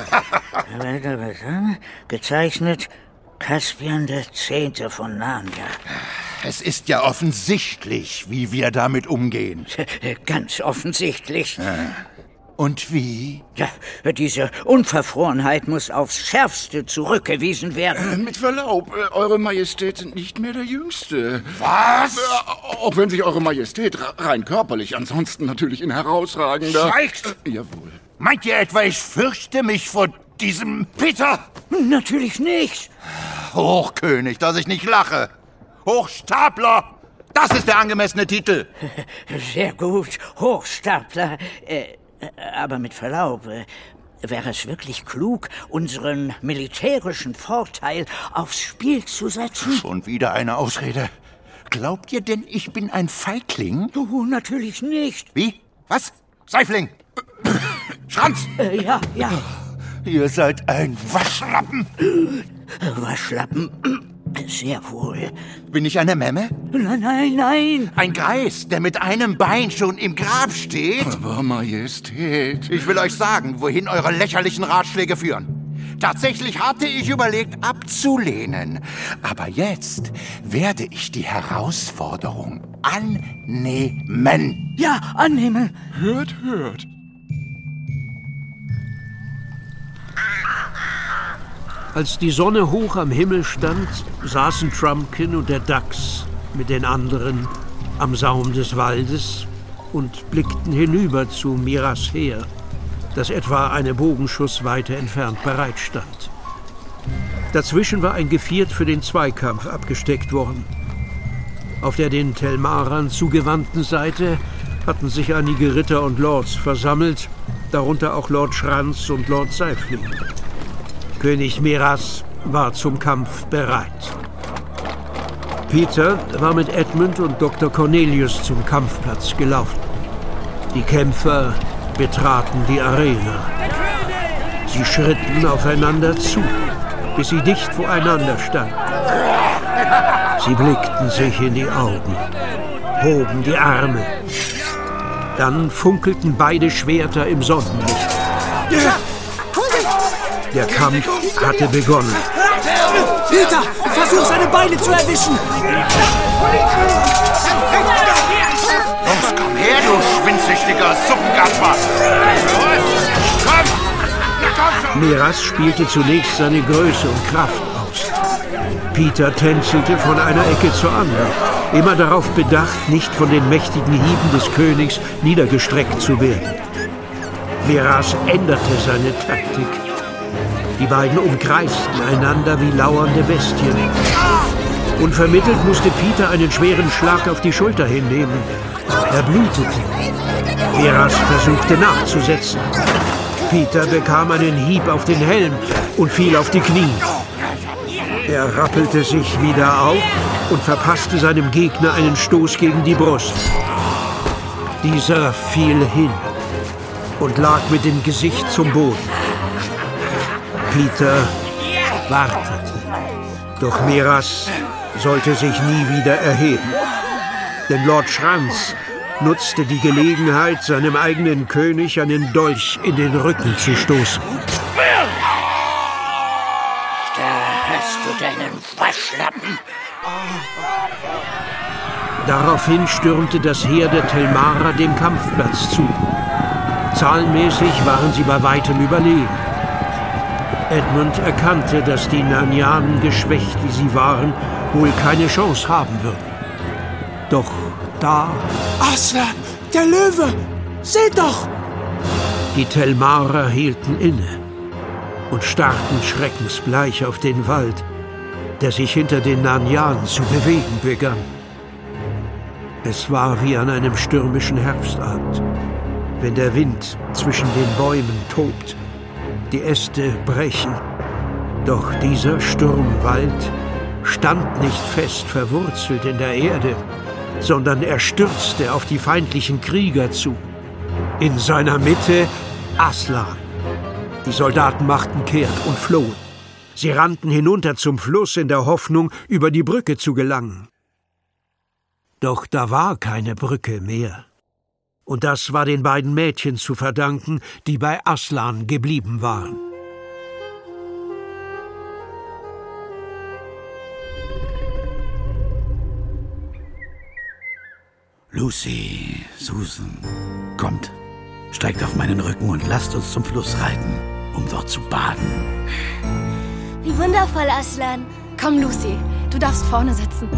Gezeichnet Kaspian der Zehnte von Narnia. Es ist ja offensichtlich, wie wir damit umgehen. Ganz offensichtlich. Ja. Und wie? Ja, diese Unverfrorenheit muss aufs Schärfste zurückgewiesen werden. Äh, mit Verlaub, äh, Eure Majestät sind nicht mehr der Jüngste. Was? Äh, auch wenn sich Eure Majestät rein körperlich, ansonsten natürlich in herausragender... Schweigt! Äh, jawohl. Meint ihr etwa, ich fürchte mich vor diesem Peter? Natürlich nicht. Hochkönig, dass ich nicht lache. Hochstapler! Das ist der angemessene Titel. Sehr gut, Hochstapler. Äh, aber mit Verlaub, äh, wäre es wirklich klug, unseren militärischen Vorteil aufs Spiel zu setzen? Schon wieder eine Ausrede. Glaubt ihr denn, ich bin ein Feigling? Oh, natürlich nicht. Wie? Was? Seifling! Schranz! Äh, ja, ja. Ihr seid ein Waschlappen. Waschlappen? Sehr wohl. Bin ich eine Memme? Nein, nein, nein. Ein Greis, der mit einem Bein schon im Grab steht? Aber Majestät... Ich will euch sagen, wohin eure lächerlichen Ratschläge führen. Tatsächlich hatte ich überlegt, abzulehnen. Aber jetzt werde ich die Herausforderung annehmen. Ja, annehmen. Hört, hört. Als die Sonne hoch am Himmel stand, saßen Trumpkin und der Dachs mit den anderen am Saum des Waldes und blickten hinüber zu Miras Heer, das etwa eine Bogenschussweite entfernt bereitstand. Dazwischen war ein Geviert für den Zweikampf abgesteckt worden. Auf der den Telmarern zugewandten Seite hatten sich einige Ritter und Lords versammelt, darunter auch Lord Schranz und Lord Seifling. König Miras war zum Kampf bereit. Peter war mit Edmund und Doktor Cornelius zum Kampfplatz gelaufen. Die Kämpfer betraten die Arena. Sie schritten aufeinander zu, bis sie dicht voreinander standen. Sie blickten sich in die Augen, hoben die Arme. Dann funkelten beide Schwerter im Sonnenlicht. Der Kampf hatte begonnen. Peter, versuch seine Beine zu erwischen! Los, komm her, du schwindsüchtiger Suppengasper! Komm! Miras spielte zunächst seine Größe und Kraft aus. Peter tänzelte von einer Ecke zur anderen, immer darauf bedacht, nicht von den mächtigen Hieben des Königs niedergestreckt zu werden. Miras änderte seine Taktik. Die beiden umkreisten einander wie lauernde Bestien. Unvermittelt musste Peter einen schweren Schlag auf die Schulter hinnehmen. Er blutete. Miras versuchte nachzusetzen. Peter bekam einen Hieb auf den Helm und fiel auf die Knie. Er rappelte sich wieder auf und verpasste seinem Gegner einen Stoß gegen die Brust. Dieser fiel hin und lag mit dem Gesicht zum Boden. Peter wartete, doch Miras sollte sich nie wieder erheben. Denn Lord Schranz nutzte die Gelegenheit, seinem eigenen König einen Dolch in den Rücken zu stoßen. Da hast du deinen Waschlappen. Daraufhin stürmte das Heer der Telmarer dem Kampfplatz zu. Zahlenmäßig waren sie bei weitem überlegen. Edmund erkannte, dass die Narnianen, geschwächt wie sie waren, wohl keine Chance haben würden. Doch da... Aslan, der Löwe! Seht doch! Die Telmarer hielten inne und starrten schreckensbleich auf den Wald, der sich hinter den Narnianen zu bewegen begann. Es war wie an einem stürmischen Herbstabend, wenn der Wind zwischen den Bäumen tobt, die Äste brechen. Doch dieser Sturmwald stand nicht fest verwurzelt in der Erde, sondern er stürzte auf die feindlichen Krieger zu. In seiner Mitte Aslan. Die Soldaten machten kehrt und flohen. Sie rannten hinunter zum Fluss in der Hoffnung, über die Brücke zu gelangen. Doch da war keine Brücke mehr. Und das war den beiden Mädchen zu verdanken, die bei Aslan geblieben waren. Lucy, Susan, kommt, steigt auf meinen Rücken und lasst uns zum Fluss reiten, um dort zu baden. Wie wundervoll, Aslan. Komm, Lucy, du darfst vorne sitzen.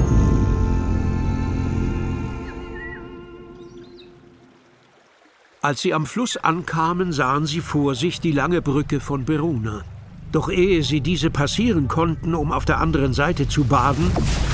Als sie am Fluss ankamen, sahen sie vor sich die lange Brücke von Beruna. Doch ehe sie diese passieren konnten, um auf der anderen Seite zu baden,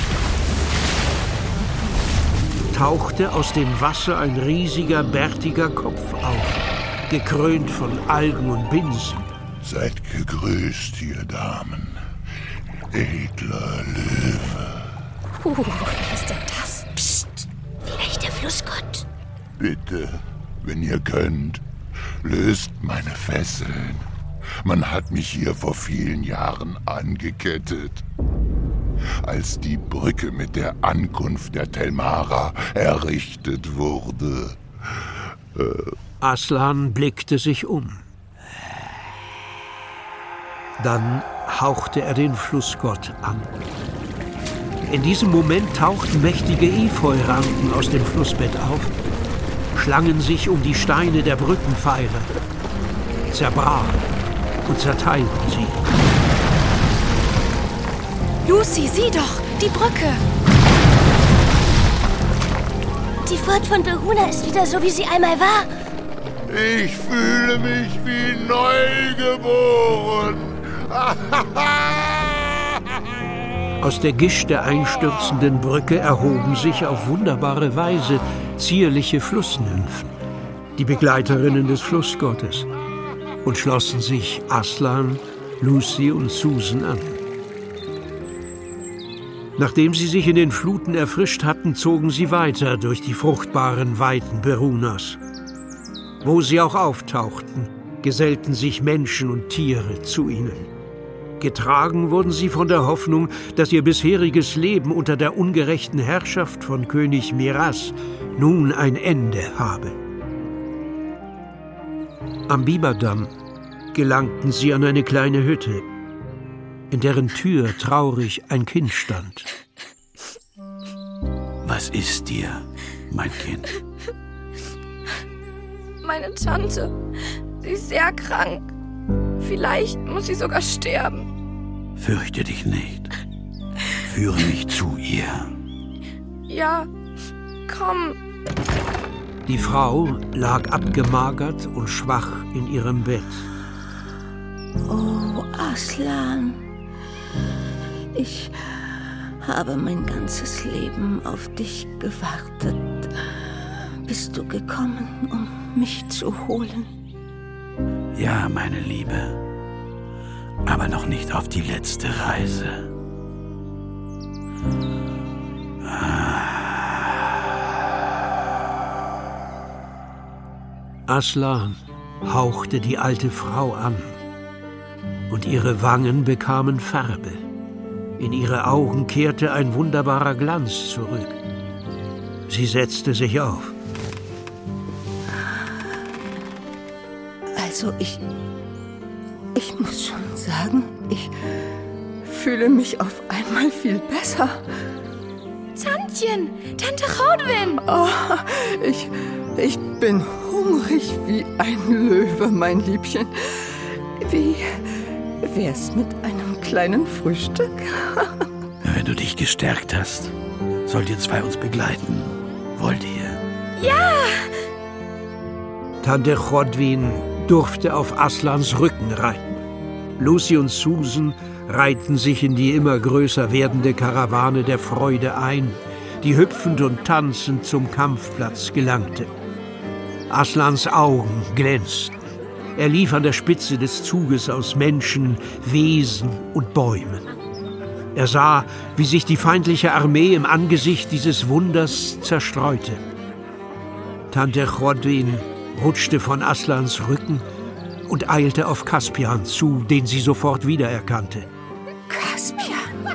tauchte aus dem Wasser ein riesiger, bärtiger Kopf auf, gekrönt von Algen und Binsen. Seid gegrüßt, ihr Damen. Edler Löwe. Puh, wer ist denn das? Psst, vielleicht der Flussgott. Bitte, wenn ihr könnt, löst meine Fesseln. Man hat mich hier vor vielen Jahren angekettet. Als die Brücke mit der Ankunft der Telmarer errichtet wurde. Äh. Aslan blickte sich um. Dann hauchte er den Flussgott an. In diesem Moment tauchten mächtige Efeuranken aus dem Flussbett auf, schlangen sich um die Steine der Brückenpfeiler, zerbrachen und zerteilten sie. Lucy, sieh doch, die Brücke! Die Furt von Beruna ist wieder so, wie sie einmal war. Ich fühle mich wie neugeboren. Aus der Gischt der einstürzenden Brücke erhoben sich auf wunderbare Weise zierliche Flussnymphen, die Begleiterinnen des Flussgottes, und schlossen sich Aslan, Lucy und Susan an. Nachdem sie sich in den Fluten erfrischt hatten, zogen sie weiter durch die fruchtbaren Weiten Berunas. Wo sie auch auftauchten, gesellten sich Menschen und Tiere zu ihnen. Getragen wurden sie von der Hoffnung, dass ihr bisheriges Leben unter der ungerechten Herrschaft von König Miraz nun ein Ende habe. Am Biberdamm gelangten sie an eine kleine Hütte, in deren Tür traurig ein Kind stand. Was ist dir, mein Kind? Meine Tante, sie ist sehr krank. Vielleicht muss sie sogar sterben. Fürchte dich nicht. Führe mich zu ihr. Ja, komm. Die Frau lag abgemagert und schwach in ihrem Bett. Oh, Aslan. Ich habe mein ganzes Leben auf dich gewartet. Bist du gekommen, um mich zu holen? Ja, meine Liebe. Aber noch nicht auf die letzte Reise. Aslan hauchte die alte Frau an, und ihre Wangen bekamen Farbe. In ihre Augen kehrte ein wunderbarer Glanz zurück. Sie setzte sich auf. Also ich... Ich muss schon sagen, ich fühle mich auf einmal viel besser. Tantchen, Tante Chodwin! Oh, ich... Ich bin hungrig wie ein Löwe, mein Liebchen. Wie wär's mit einem kleinen Frühstück? Wenn du dich gestärkt hast, sollt ihr zwei uns begleiten. Wollt ihr? Ja! Tante Chodwin durfte auf Aslans Rücken reiten. Lucy und Susan reihten sich in die immer größer werdende Karawane der Freude ein, die hüpfend und tanzend zum Kampfplatz gelangte. Aslans Augen glänzten. Er lief an der Spitze des Zuges aus Menschen, Wesen und Bäumen. Er sah, wie sich die feindliche Armee im Angesicht dieses Wunders zerstreute. Tante Chodwin rutschte von Aslans Rücken und eilte auf Caspian zu, den sie sofort wiedererkannte. Caspian!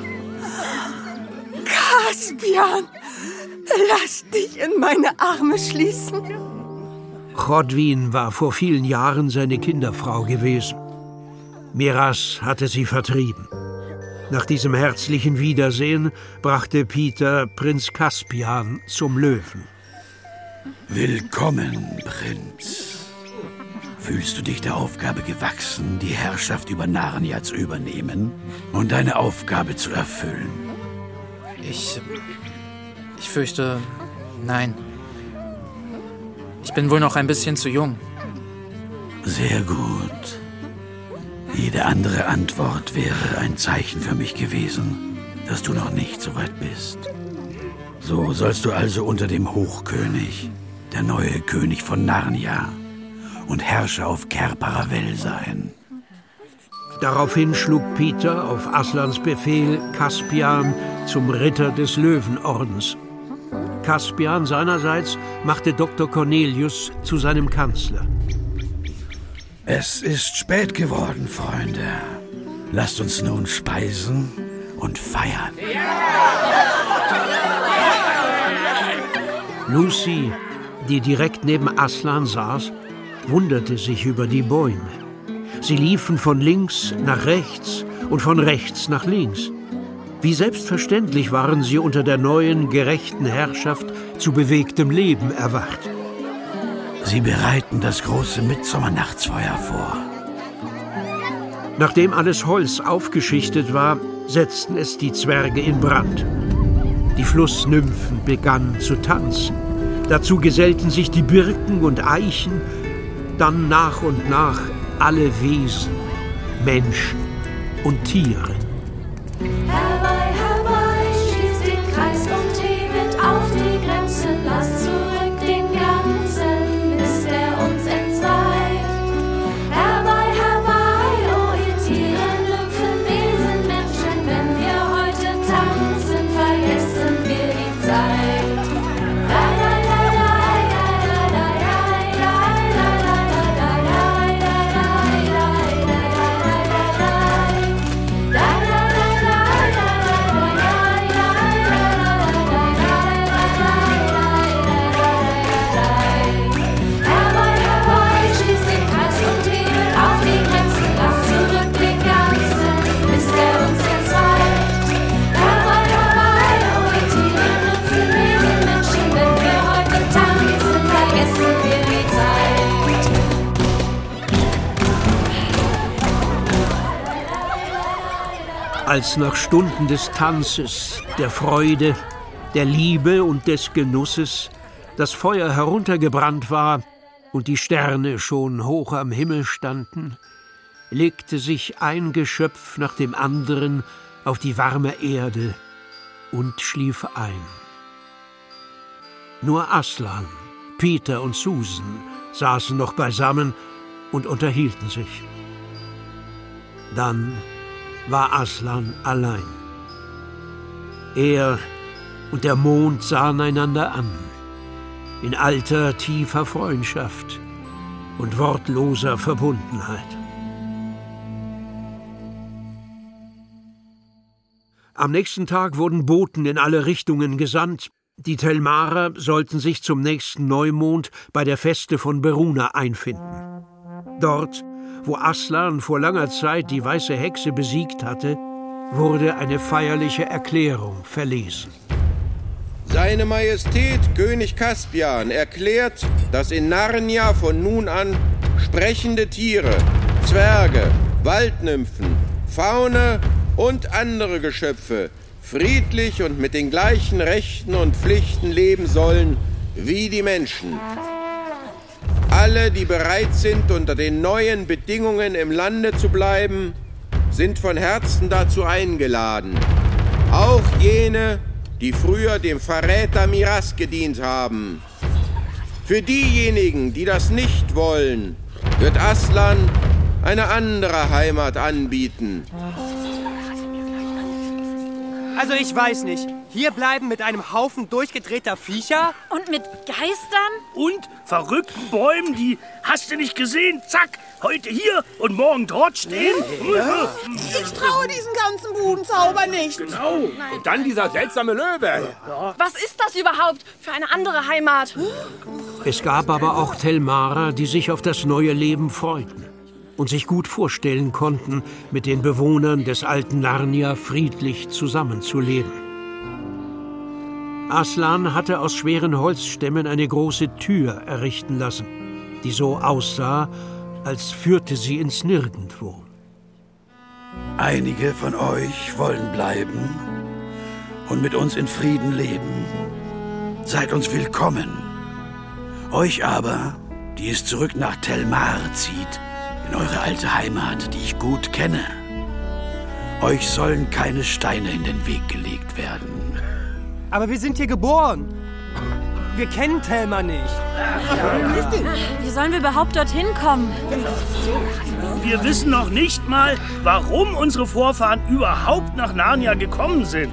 Caspian! Lass dich in meine Arme schließen! Chodwin war vor vielen Jahren seine Kinderfrau gewesen. Miraz hatte sie vertrieben. Nach diesem herzlichen Wiedersehen brachte Peter Prinz Caspian zum Löwen. Willkommen, Prinz. Fühlst du dich der Aufgabe gewachsen, die Herrschaft über Narnia zu übernehmen und deine Aufgabe zu erfüllen? Ich... Ich fürchte... Nein. Ich bin wohl noch ein bisschen zu jung. Sehr gut. Jede andere Antwort wäre ein Zeichen für mich gewesen, dass du noch nicht so weit bist. So sollst du also unter dem Hochkönig, der neue König von Narnia und Herrscher auf Ker Paravel sein. Daraufhin schlug Peter auf Aslans Befehl Caspian zum Ritter des Löwenordens. Caspian seinerseits machte Doktor Cornelius zu seinem Kanzler. Es ist spät geworden, Freunde. Lasst uns nun speisen und feiern. Lucy, die direkt neben Aslan saß, wunderte sich über die Bäume. Sie liefen von links nach rechts und von rechts nach links. Wie selbstverständlich waren sie unter der neuen, gerechten Herrschaft zu bewegtem Leben erwacht. Sie bereiten das große Mitsommernachtsfeuer vor. Nachdem alles Holz aufgeschichtet war, setzten es die Zwerge in Brand. Die Flussnymphen begannen zu tanzen Dazu gesellten sich die Birken und Eichen, dann nach und nach alle Wesen, Menschen und Tiere. Herbei, herbei, schließt den Kreis und hebet auf die Grenze, lasst zurück den ganzen Mist, der uns entzweit. Herbei, herbei, oh ihr Tiere, Nymphen, Wesen, Menschen, wenn wir heute tanzen, vergessen wir die Zeit. Als nach Stunden des Tanzes, der Freude, der Liebe und des Genusses das Feuer heruntergebrannt war und die Sterne schon hoch am Himmel standen, legte sich ein Geschöpf nach dem anderen auf die warme Erde und schlief ein. Nur Aslan, Peter und Susan saßen noch beisammen und unterhielten sich. Dann war Aslan allein. Er und der Mond sahen einander an, in alter, tiefer Freundschaft und wortloser Verbundenheit. Am nächsten Tag wurden Boten in alle Richtungen gesandt. Die Telmarer sollten sich zum nächsten Neumond bei der Feste von Beruna einfinden. Dort, wo Aslan vor langer Zeit die weiße Hexe besiegt hatte, wurde eine feierliche Erklärung verlesen. Seine Majestät König Caspian erklärt, dass in Narnia von nun an sprechende Tiere, Zwerge, Waldnymphen, Faune und andere Geschöpfe friedlich und mit den gleichen Rechten und Pflichten leben sollen wie die Menschen. Alle, die bereit sind, unter den neuen Bedingungen im Lande zu bleiben, sind von Herzen dazu eingeladen. Auch jene, die früher dem Verräter Miraz gedient haben. Für diejenigen, die das nicht wollen, wird Aslan eine andere Heimat anbieten. Also ich weiß nicht. Hier bleiben mit einem Haufen durchgedrehter Viecher? Und mit Geistern? Und verrückten Bäumen, die, hast du nicht gesehen, zack, heute hier und morgen dort stehen? Ja. Ich traue diesen ganzen Budenzauber nicht. Genau. Nein. Und dann dieser seltsame Löwe. Ja. Was ist das überhaupt für eine andere Heimat? Es gab aber auch Telmarer, die sich auf das neue Leben freuten und sich gut vorstellen konnten, mit den Bewohnern des alten Narnia friedlich zusammenzuleben. Aslan hatte aus schweren Holzstämmen eine große Tür errichten lassen, die so aussah, als führte sie ins Nirgendwo. Einige von euch wollen bleiben und mit uns in Frieden leben. Seid uns willkommen. Euch aber, die es zurück nach Telmar zieht, in eure alte Heimat, die ich gut kenne. Euch sollen keine Steine in den Weg gelegt werden. Aber wir sind hier geboren. Wir kennen Telmar nicht. Wie sollen wir überhaupt dorthin kommen? Wir wissen noch nicht mal, warum unsere Vorfahren überhaupt nach Narnia gekommen sind.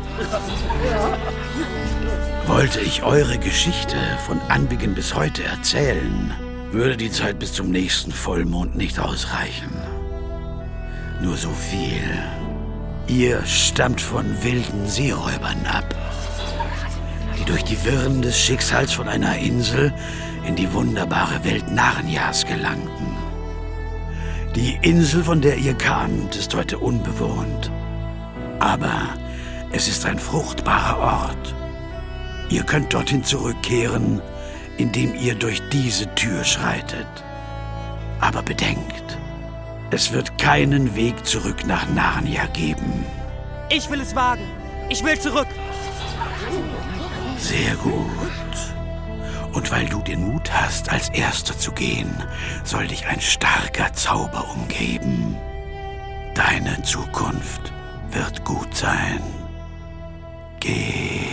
Wollte ich eure Geschichte von Anbeginn bis heute erzählen, würde die Zeit bis zum nächsten Vollmond nicht ausreichen. Nur so viel. Ihr stammt von wilden Seeräubern ab, die durch die Wirren des Schicksals von einer Insel in die wunderbare Welt Narnias gelangten. Die Insel, von der ihr kamt, ist heute unbewohnt. Aber es ist ein fruchtbarer Ort. Ihr könnt dorthin zurückkehren, indem ihr durch diese Tür schreitet. Aber bedenkt, es wird keinen Weg zurück nach Narnia geben. Ich will es wagen. Ich will zurück. Sehr gut. Und weil du den Mut hast, als Erster zu gehen, soll dich ein starker Zauber umgeben. Deine Zukunft wird gut sein. Geh.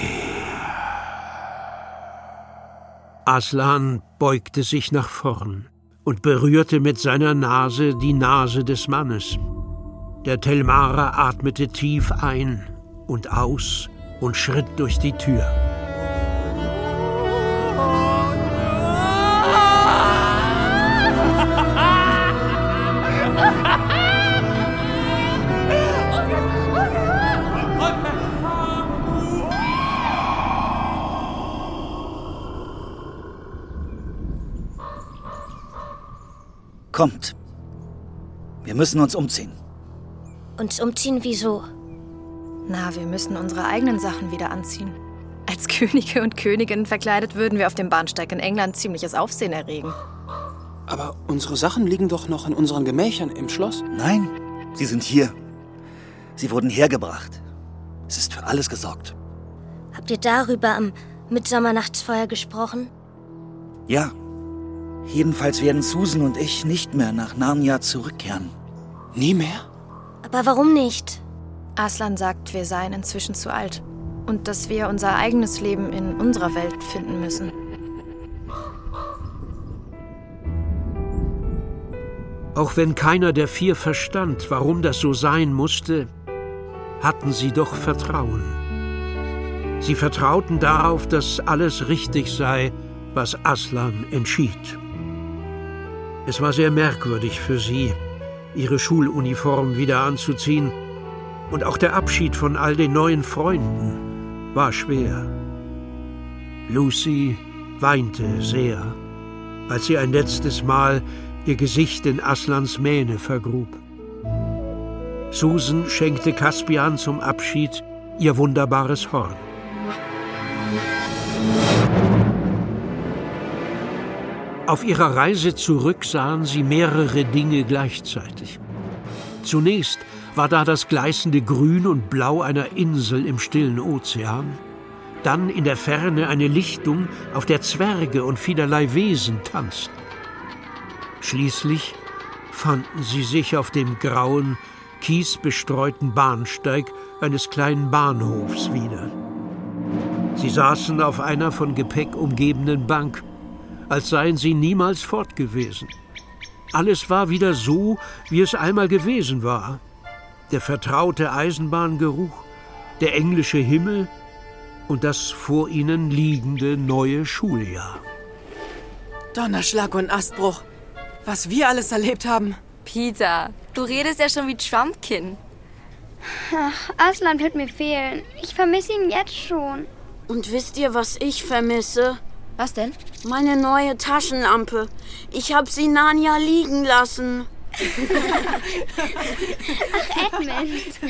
Aslan beugte sich nach vorn und berührte mit seiner Nase die Nase des Mannes. Der Telmarer atmete tief ein und aus und schritt durch die Tür. Kommt. Wir müssen uns umziehen. Uns umziehen wieso? Na, wir müssen unsere eigenen Sachen wieder anziehen. Als Könige und Königinnen verkleidet würden wir auf dem Bahnsteig in England ziemliches Aufsehen erregen. Aber unsere Sachen liegen doch noch in unseren Gemächern im Schloss. Nein, sie sind hier. Sie wurden hergebracht. Es ist für alles gesorgt. Habt ihr darüber am Mitsommernachtsfeuer gesprochen? Ja. Jedenfalls werden Susan und ich nicht mehr nach Narnia zurückkehren. Nie mehr? Aber warum nicht? Aslan sagt, wir seien inzwischen zu alt. Und dass wir unser eigenes Leben in unserer Welt finden müssen. Auch wenn keiner der vier verstand, warum das so sein musste, hatten sie doch Vertrauen. Sie vertrauten darauf, dass alles richtig sei, was Aslan entschied. Es war sehr merkwürdig für sie, ihre Schuluniform wieder anzuziehen, und auch der Abschied von all den neuen Freunden war schwer. Lucy weinte sehr, als sie ein letztes Mal ihr Gesicht in Aslans Mähne vergrub. Susan schenkte Caspian zum Abschied ihr wunderbares Horn. Auf ihrer Reise zurück sahen sie mehrere Dinge gleichzeitig. Zunächst war da das gleißende Grün und Blau einer Insel im stillen Ozean. Dann in der Ferne eine Lichtung, auf der Zwerge und vielerlei Wesen tanzten. Schließlich fanden sie sich auf dem grauen, kiesbestreuten Bahnsteig eines kleinen Bahnhofs wieder. Sie saßen auf einer von Gepäck umgebenen Bank, als seien sie niemals fort gewesen. Alles war wieder so, wie es einmal gewesen war. Der vertraute Eisenbahngeruch, der englische Himmel und das vor ihnen liegende neue Schuljahr. Donnerschlag und Astbruch. Was wir alles erlebt haben. Peter, du redest ja schon wie Trumpkin. Ach, Aslan wird mir fehlen. Ich vermisse ihn jetzt schon. Und wisst ihr, was ich vermisse? Was denn? Meine neue Taschenlampe. Ich habe sie Narnia liegen lassen. Ach, Edmund.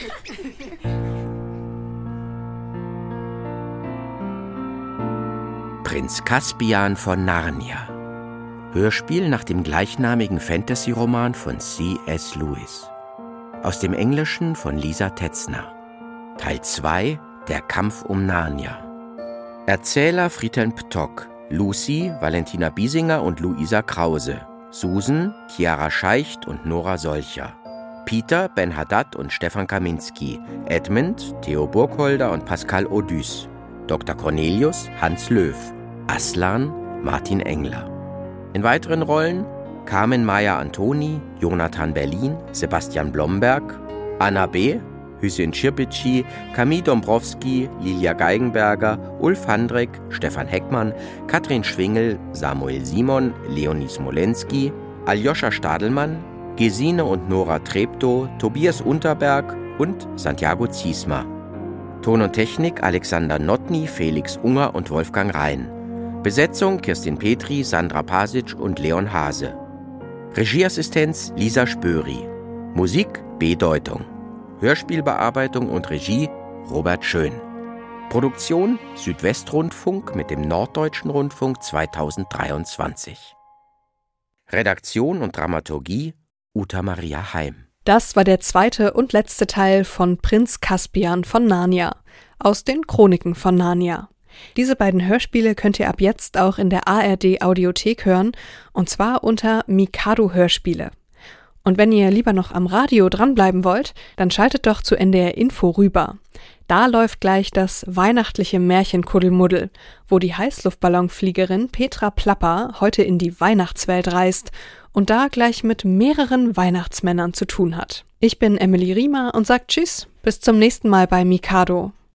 Prinz Caspian von Narnia. Hörspiel nach dem gleichnamigen Fantasy-Roman von C S Lewis. Aus dem Englischen von Lisa Tetzner. Teil zwei, Der Kampf um Narnia. Erzähler Friedhelm Ptock, Lucy Valentina Biesinger und Luisa Krause, Susan Chiara Scheicht und Nora Solcher, Peter Ben Haddad und Stefan Kaminski, Edmund Theo Burgholder und Pascal Odüs, Doktor Cornelius Hans Löw, Aslan Martin Engler. In weiteren Rollen Carmen Maya Antoni, Jonathan Berlin, Sebastian Blomberg, Anna B., Hüseyin Çirpici, Camille Dombrowski, Lilia Geigenberger, Ulf Handreck, Stefan Heckmann, Katrin Schwingel, Samuel Simon, Leonie Smolenski, Aljoscha Stadelmann, Gesine und Nora Treptow, Tobias Unterberg und Santiago Ziesmer. Ton und Technik Alexander Notny, Felix Unger und Wolfgang Rhein. Besetzung Kirstin Petri, Sandra Pasic und Leon Hase. Regieassistenz Lisa Spöri. Musik B-Deutung. Hörspielbearbeitung und Regie Robert Schön. Produktion Südwestrundfunk mit dem Norddeutschen Rundfunk zweitausenddreiundzwanzig. Redaktion und Dramaturgie Uta Maria Heim. Das war der zweite und letzte Teil von Prinz Caspian von Narnia aus den Chroniken von Narnia. Diese beiden Hörspiele könnt ihr ab jetzt auch in der A R D-Audiothek hören, und zwar unter Mikado Hörspiele. Und wenn ihr lieber noch am Radio dranbleiben wollt, dann schaltet doch zu N D R Info rüber. Da läuft gleich das weihnachtliche Märchen Kuddelmuddel, wo die Heißluftballonfliegerin Petra Plapper heute in die Weihnachtswelt reist und da gleich mit mehreren Weihnachtsmännern zu tun hat. Ich bin Emily Riemer und sag Tschüss, bis zum nächsten Mal bei Mikado.